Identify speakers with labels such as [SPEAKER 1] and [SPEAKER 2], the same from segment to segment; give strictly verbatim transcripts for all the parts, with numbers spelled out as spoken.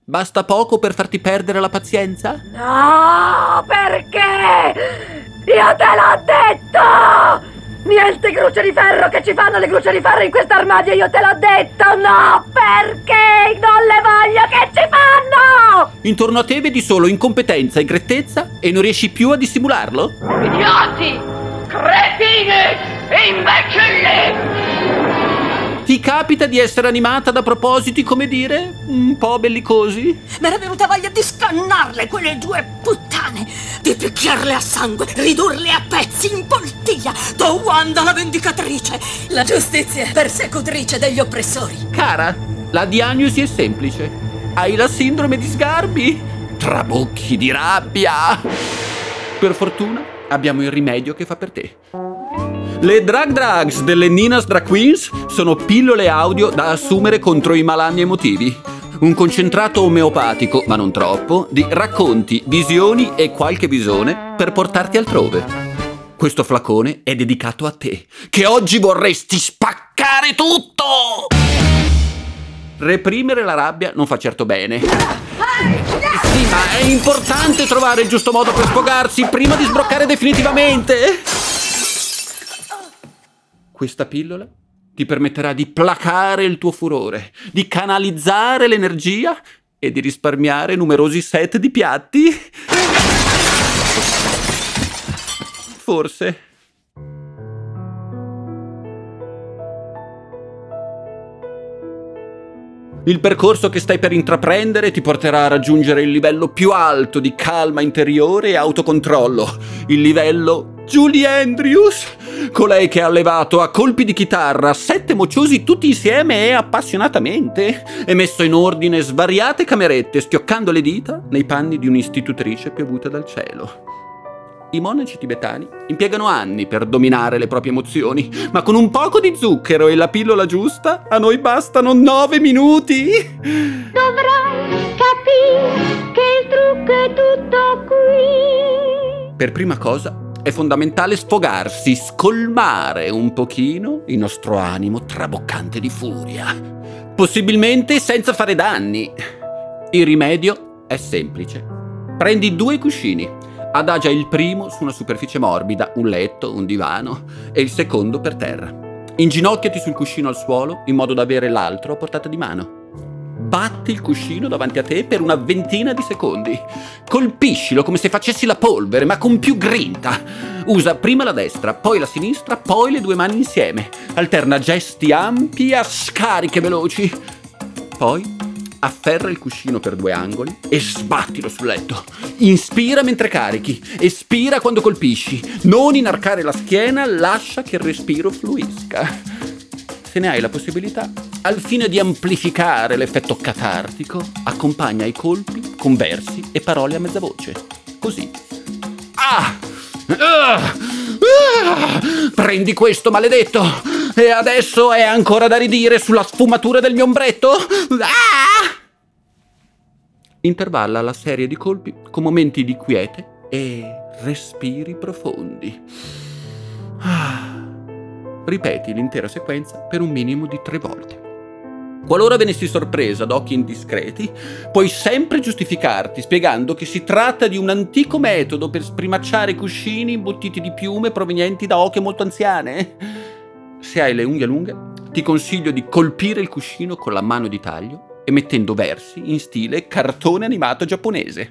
[SPEAKER 1] Basta poco per farti perdere la pazienza?
[SPEAKER 2] No, perché? Io te l'ho detto! Niente grucce di ferro, che ci fanno le grucce di ferro in quest'armadio, io te l'ho detto! No, perché? Non le voglio, che ci fanno?
[SPEAKER 1] Intorno a te vedi solo incompetenza e grettezza e non riesci più a dissimularlo?
[SPEAKER 2] Idioti! Cretini! Imbecilli!
[SPEAKER 1] Ti capita di essere animata da propositi, come dire, un po' bellicosi?
[SPEAKER 2] Mi era venuta voglia di scannarle, quelle due puttane, di picchiarle a sangue, ridurle a pezzi in poltiglia. Do Wanda la vendicatrice, la giustizia persecutrice degli oppressori.
[SPEAKER 1] Cara, la diagnosi è semplice. Hai la sindrome di Sgarbi? Trabocchi di rabbia. Per fortuna abbiamo il rimedio che fa per te. Le Drag Drugs delle Nina's Drag Queens sono pillole audio da assumere contro i malanni emotivi. Un concentrato omeopatico, ma non troppo, di racconti, visioni e qualche visone per portarti altrove. Questo flacone è dedicato a te, che oggi vorresti spaccare tutto! Reprimere la rabbia non fa certo bene. Sì, ma è importante trovare il giusto modo per sfogarsi prima di sbroccare definitivamente. Questa pillola ti permetterà di placare il tuo furore, di canalizzare l'energia e di risparmiare numerosi set di piatti. Forse. Il percorso che stai per intraprendere ti porterà a raggiungere il livello più alto di calma interiore e autocontrollo, il livello Julie Andrews, colei che ha allevato a colpi di chitarra sette mociosi tutti insieme e appassionatamente e messo in ordine svariate camerette schioccando le dita nei panni di un'istitutrice piovuta dal cielo. I monaci tibetani impiegano anni per dominare le proprie emozioni, ma con un poco di zucchero e la pillola giusta a noi bastano nove minuti.
[SPEAKER 3] Dovrai capire che il trucco è tutto qui.
[SPEAKER 1] Per prima cosa è fondamentale sfogarsi, scolmare un pochino il nostro animo traboccante di furia, possibilmente senza fare danni. Il rimedio è semplice. Prendi due cuscini. Adagia il primo su una superficie morbida, un letto, un divano, e il secondo per terra. Inginocchiati sul cuscino al suolo in modo da avere l'altro a portata di mano. Batti il cuscino davanti a te per una ventina di secondi. Colpiscilo come se facessi la polvere, ma con più grinta. Usa prima la destra, poi la sinistra, poi le due mani insieme. Alterna gesti ampi a scariche veloci. Poi afferra il cuscino per due angoli e sbattilo sul letto. Inspira mentre carichi, espira quando colpisci. Non inarcare la schiena, lascia che il respiro fluisca. Se ne hai la possibilità, al fine di amplificare l'effetto catartico, accompagna i colpi con versi e parole a mezza voce. Così. Ah! Ah! Ah! Prendi questo, maledetto! E adesso è ancora da ridire sulla sfumatura del mio ombretto? Ah! Intervalla la serie di colpi con momenti di quiete e respiri profondi. Ah. Ripeti l'intera sequenza per un minimo di tre volte. Qualora venissi sorpresa da occhi indiscreti, puoi sempre giustificarti spiegando che si tratta di un antico metodo per sprimacciare cuscini imbottiti di piume provenienti da oche molto anziane. Se hai le unghie lunghe, ti consiglio di colpire il cuscino con la mano di taglio emettendo versi in stile cartone animato giapponese.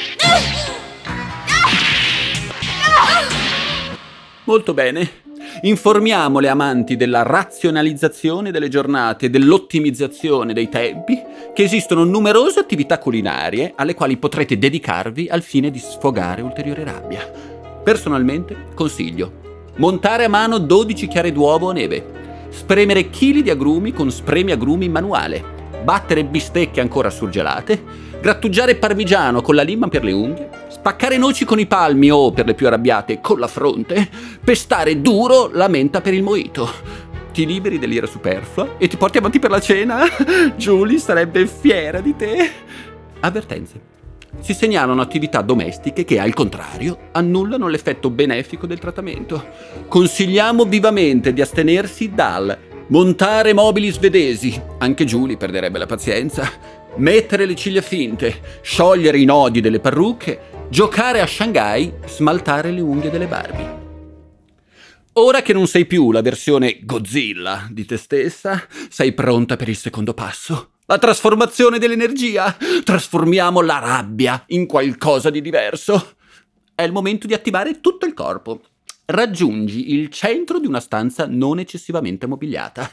[SPEAKER 1] Molto bene. Informiamo le amanti della razionalizzazione delle giornate e dell'ottimizzazione dei tempi che esistono numerose attività culinarie alle quali potrete dedicarvi al fine di sfogare ulteriore rabbia. Personalmente consiglio montare a mano dodici chiare d'uovo a neve, spremere chili di agrumi con spremi agrumi manuale, battere bistecche ancora surgelate, grattugiare parmigiano con la lima per le unghie, spaccare noci con i palmi o, per le più arrabbiate, con la fronte, pestare duro la menta per il mojito. Ti liberi dell'ira superflua e ti porti avanti per la cena? Julie sarebbe fiera di te. Avvertenze. Si segnalano attività domestiche che, al contrario, annullano l'effetto benefico del trattamento. Consigliamo vivamente di astenersi dal montare mobili svedesi, anche Julie perderebbe la pazienza, mettere le ciglia finte, sciogliere i nodi delle parrucche, giocare a Shanghai, smaltare le unghie delle Barbie. Ora che non sei più la versione Godzilla di te stessa, sei pronta per il secondo passo. La trasformazione dell'energia. Trasformiamo la rabbia in qualcosa di diverso. È il momento di attivare tutto il corpo. Raggiungi il centro di una stanza non eccessivamente mobiliata.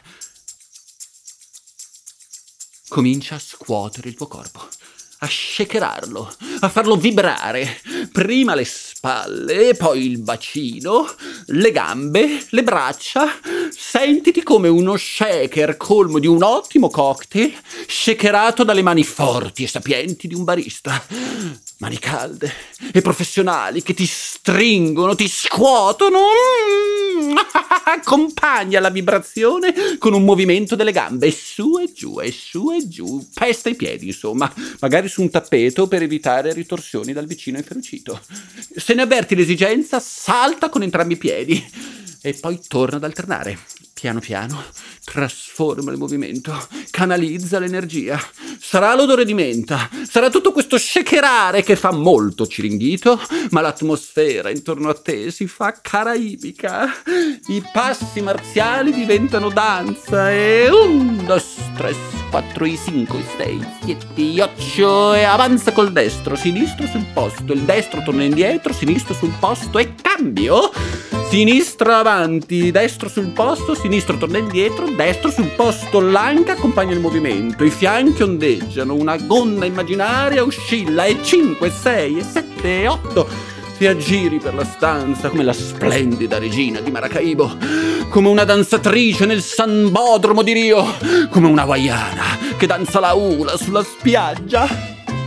[SPEAKER 1] Comincia a scuotere il tuo corpo, a shakerarlo, a farlo vibrare. Prima le spalle, e poi il bacino, le gambe, le braccia. Sentiti come uno shaker colmo di un ottimo cocktail, shakerato dalle mani forti e sapienti di un barista. Mani calde e professionali che ti stringono, ti scuotono. Mm. Accompagna la vibrazione con un movimento delle gambe, e su e giù, e su e giù. Pesta i piedi, insomma, magari su un tappeto per evitare ritorsioni dal vicino inferocito. Se ne avverti l'esigenza, salta con entrambi i piedi e poi torna ad alternare. Piano piano trasforma il movimento, canalizza l'energia. Sarà l'odore di menta, sarà tutto questo shakerare che fa molto ciringhito, ma l'atmosfera intorno a te si fa caraibica. I passi marziali diventano danza e un, due, tre, quattro, cinque, sei, sette, otto e avanza col destro, sinistro sul posto, il destro torna indietro, sinistro sul posto e cambio. Sinistra avanti, destro sul posto, sinistro torna indietro, destro sul posto, l'anca accompagna il movimento, i fianchi ondeggiano, una gonna immaginaria oscilla e cinque, sei, e sette, e otto. Ti aggiri per la stanza come la splendida regina di Maracaibo, come una danzatrice nel Sambodromo di Rio, come una hawaiana che danza la hula sulla spiaggia.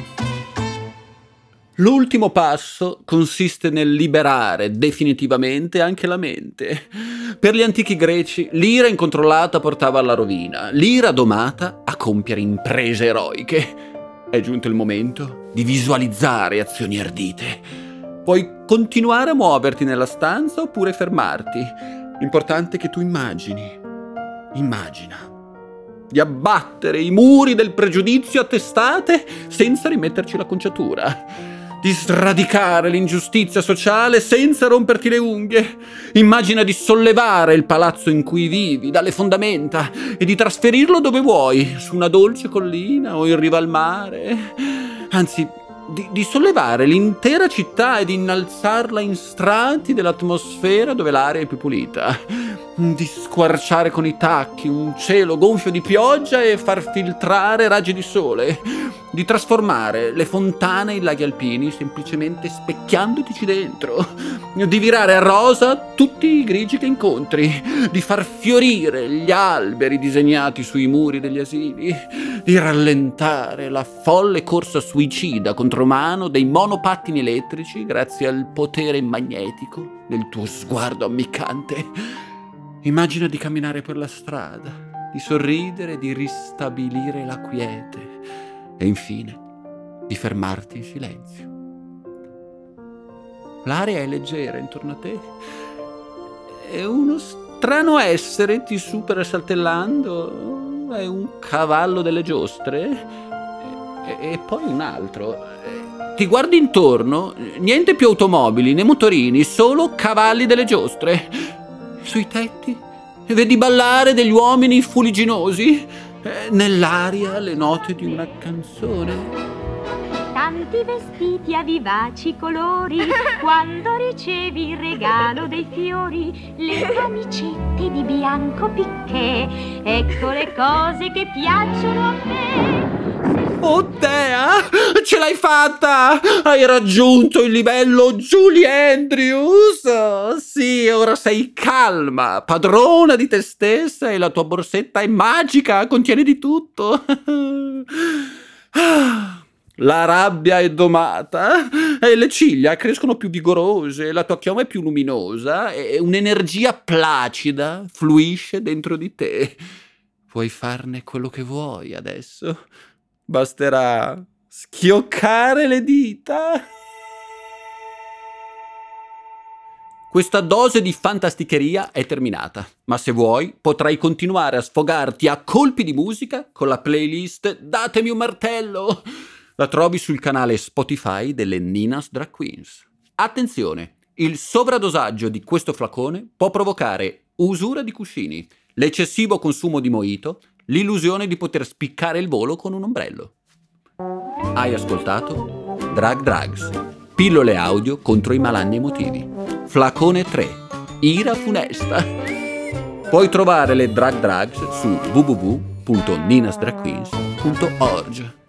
[SPEAKER 1] L'ultimo passo consiste nel liberare definitivamente anche la mente. Per gli antichi greci, l'ira incontrollata portava alla rovina, l'ira domata a compiere imprese eroiche. È giunto il momento di visualizzare azioni ardite. Puoi continuare a muoverti nella stanza oppure fermarti. L'importante è che tu immagini, immagina, di abbattere i muri del pregiudizio a testate senza rimetterci l'acconciatura. Di sradicare l'ingiustizia sociale senza romperti le unghie. Immagina di sollevare il palazzo in cui vivi dalle fondamenta e di trasferirlo dove vuoi, su una dolce collina o in riva al mare. Anzi, di, di sollevare l'intera città e di innalzarla in strati dell'atmosfera dove l'aria è più pulita. Di squarciare con i tacchi un cielo gonfio di pioggia e far filtrare raggi di sole. Di trasformare le fontane in laghi alpini semplicemente specchiandotici dentro. Di virare a rosa tutti i grigi che incontri. Di far fiorire gli alberi disegnati sui muri degli asili. Di rallentare la folle corsa suicida contromano dei monopattini elettrici grazie al potere magnetico del tuo sguardo ammiccante. Immagina di camminare per la strada, di sorridere, di ristabilire la quiete e infine di fermarti in silenzio. L'aria è leggera intorno a te e uno strano essere ti supera saltellando. È un cavallo delle giostre e, e poi un altro. Ti guardi intorno, niente più automobili né motorini, solo cavalli delle giostre. Sui tetti vedi ballare degli uomini fuliginosi, eh, nell'aria le note di una canzone.
[SPEAKER 3] Tanti vestiti a vivaci colori, quando ricevi il regalo dei fiori, le camicette di bianco picché, ecco le cose che piacciono a me.
[SPEAKER 1] Oh Tea, ce l'hai fatta! Hai raggiunto il livello Julie Andrews! Oh, sì, ora sei calma, padrona di te stessa e la tua borsetta è magica, contiene di tutto. La rabbia è domata e le ciglia crescono più vigorose, la tua chioma è più luminosa e un'energia placida fluisce dentro di te. Puoi farne quello che vuoi adesso. Basterà schioccare le dita. Questa dose di fantasticheria è terminata, ma se vuoi potrai continuare a sfogarti a colpi di musica con la playlist Datemi un martello. La trovi sul canale Spotify delle Nina's Drag Queens. Attenzione, il sovradosaggio di questo flacone può provocare usura di cuscini, l'eccessivo consumo di mojito, l'illusione di poter spiccare il volo con un ombrello. Hai ascoltato Drag Drugs, pillole audio contro i malanni emotivi. Flacone tre, ira funesta. Puoi trovare le Drag Drugs su w w w punto ninasdragqueens punto org.